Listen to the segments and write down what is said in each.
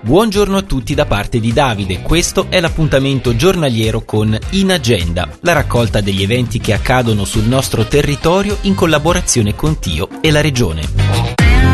Buongiorno a tutti da parte di Davide, questo è l'appuntamento giornaliero con In Agenda, la raccolta degli eventi che accadono sul nostro territorio in collaborazione con Tio e la Regione.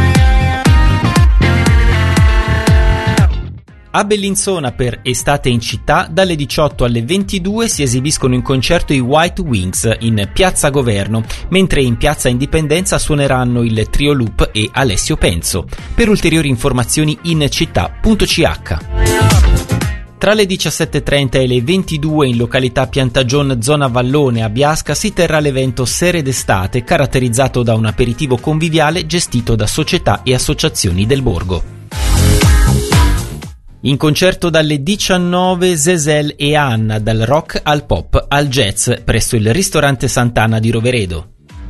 A Bellinzona per Estate in città dalle 18 alle 22 si esibiscono in concerto i White Wings in Piazza Governo, mentre in Piazza Indipendenza suoneranno il Trio Loop e Alessio Penzo. Per ulteriori informazioni in città.ch. Tra le 17.30 e le 22 in località Piantagion, zona Vallone a Biasca, si terrà l'evento Sere d'Estate, caratterizzato da un aperitivo conviviale gestito da società e associazioni del borgo. In concerto dalle 19 Zezelle e Anna, dal rock al pop al jazz, presso il ristorante Sant'Anna di Roveredo.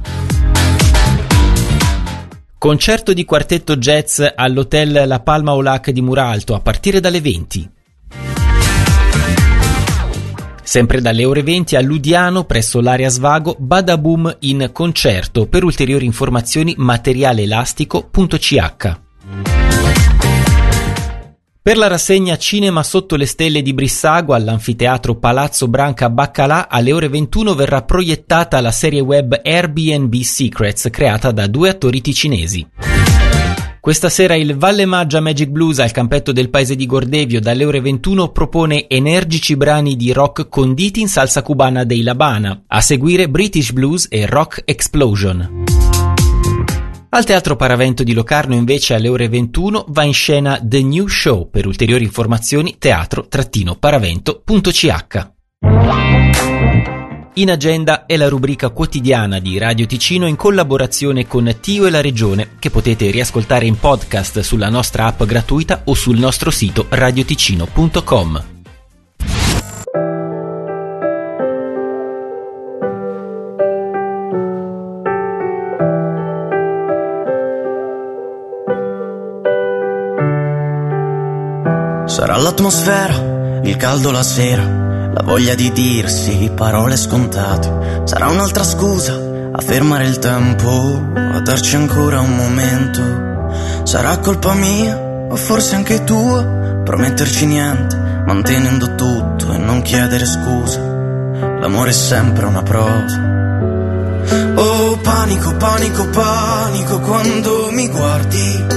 Concerto di quartetto jazz all'hotel La Palma Olac di Muralto a partire dalle 20. Sempre dalle ore 20 a Ludiano, presso l'area Svago, Badaboom in concerto. Per ulteriori informazioni materialeelastico.ch. Per la rassegna Cinema sotto le stelle di Brissago all'anfiteatro Palazzo Branca Baccalà alle ore 21 verrà proiettata la serie web Airbnb Secrets creata da 2 attori ticinesi. Questa sera il Valle Maggia Magic Blues al campetto del paese di Gordevio dalle ore 21 propone energici brani di rock conditi in salsa cubana dei Labana, a seguire British Blues e Rock Explosion. Al Teatro Paravento di Locarno invece alle ore 21 va in scena The New Show. Per ulteriori informazioni teatro-paravento.ch. In Agenda è la rubrica quotidiana di Radio Ticino in collaborazione con Tio e la Regione, che potete riascoltare in podcast sulla nostra app gratuita o sul nostro sito radioticino.com. Sarà l'atmosfera, il caldo la sera, la voglia di dirsi parole scontate. Sarà un'altra scusa a fermare il tempo, a darci ancora un momento. Sarà colpa mia o forse anche tua, prometterci niente, mantenendo tutto e non chiedere scusa. L'amore è sempre una prova. Oh, panico, panico, panico quando mi guardi.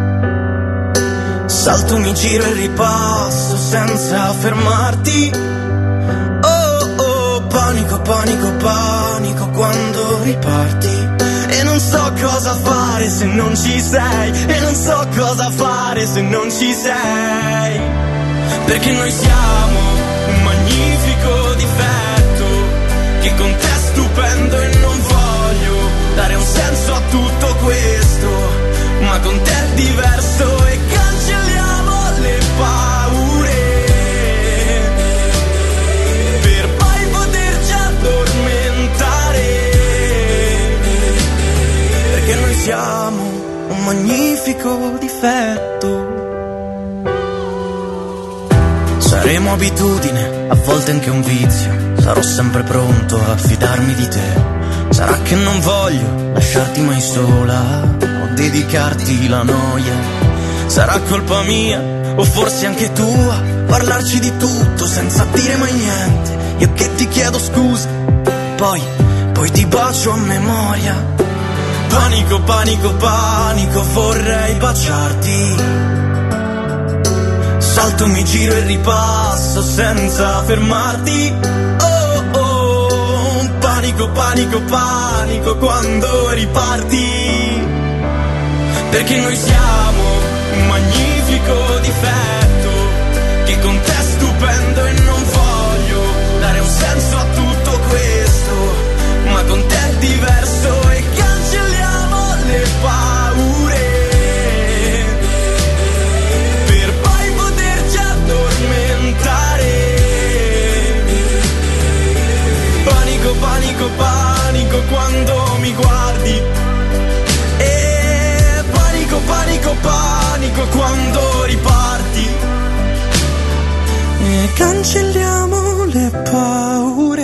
Salto, mi giro e ripasso senza fermarti. Oh, oh, panico, panico, panico quando riparti. E non so cosa fare se non ci sei. E non so cosa fare se non ci sei. Perché noi siamo un magnifico difetto, che con te è stupendo e non voglio dare un senso a tutto questo. Ma con te è diverso e cancelliamo le paure per poi poterci addormentare. Perché noi siamo un magnifico difetto. Saremo abitudine, a volte anche un vizio. Sarò sempre pronto a fidarmi di te. Sarà che non voglio lasciarti mai sola o dedicarti la noia. Sarà colpa mia o forse anche tua, parlarci di tutto senza dire mai niente. Io che ti chiedo scusa, poi ti bacio a memoria. Panico, panico, panico, vorrei baciarti. Salto, mi giro e ripasso senza fermarti. Panico, panico, panico quando riparti. Perché noi siamo un magnifico difetto, che con te è stupendo e non voglio dare un senso a tutto questo. Ma con te è diverso e cancelliamo le paure per poi poterci addormentare. Panico, panico, panico quando mi guardi. E panico, panico, panico quando riparti. E cancelliamo le paure.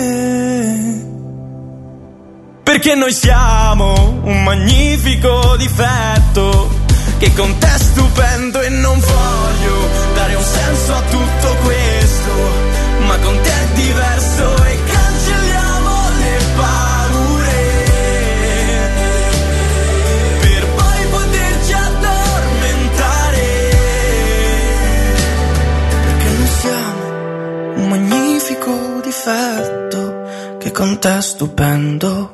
Perché noi siamo un magnifico difetto, che con te è stupendo e non voglio dare un senso a tutto questo, ma con te è diverso e cancelliamo le paure per poi poterci addormentare, perché noi siamo un magnifico difetto che con te è stupendo.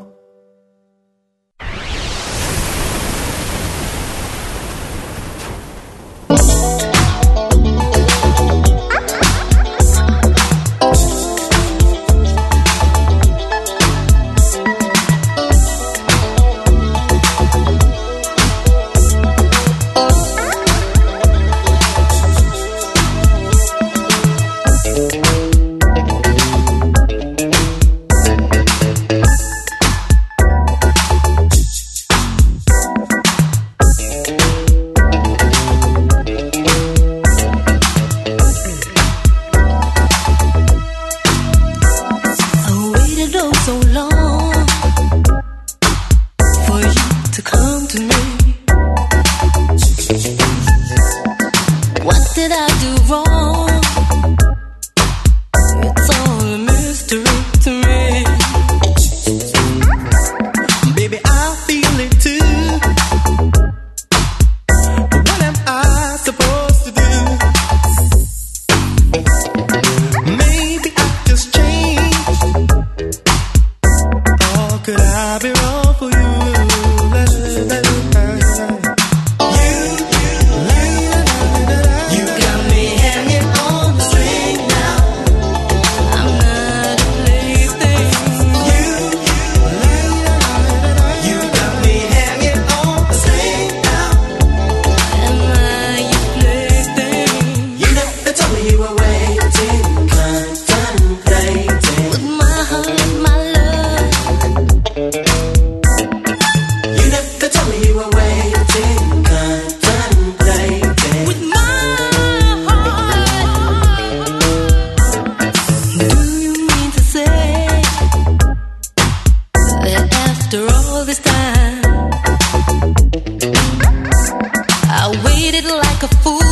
I waited like a fool.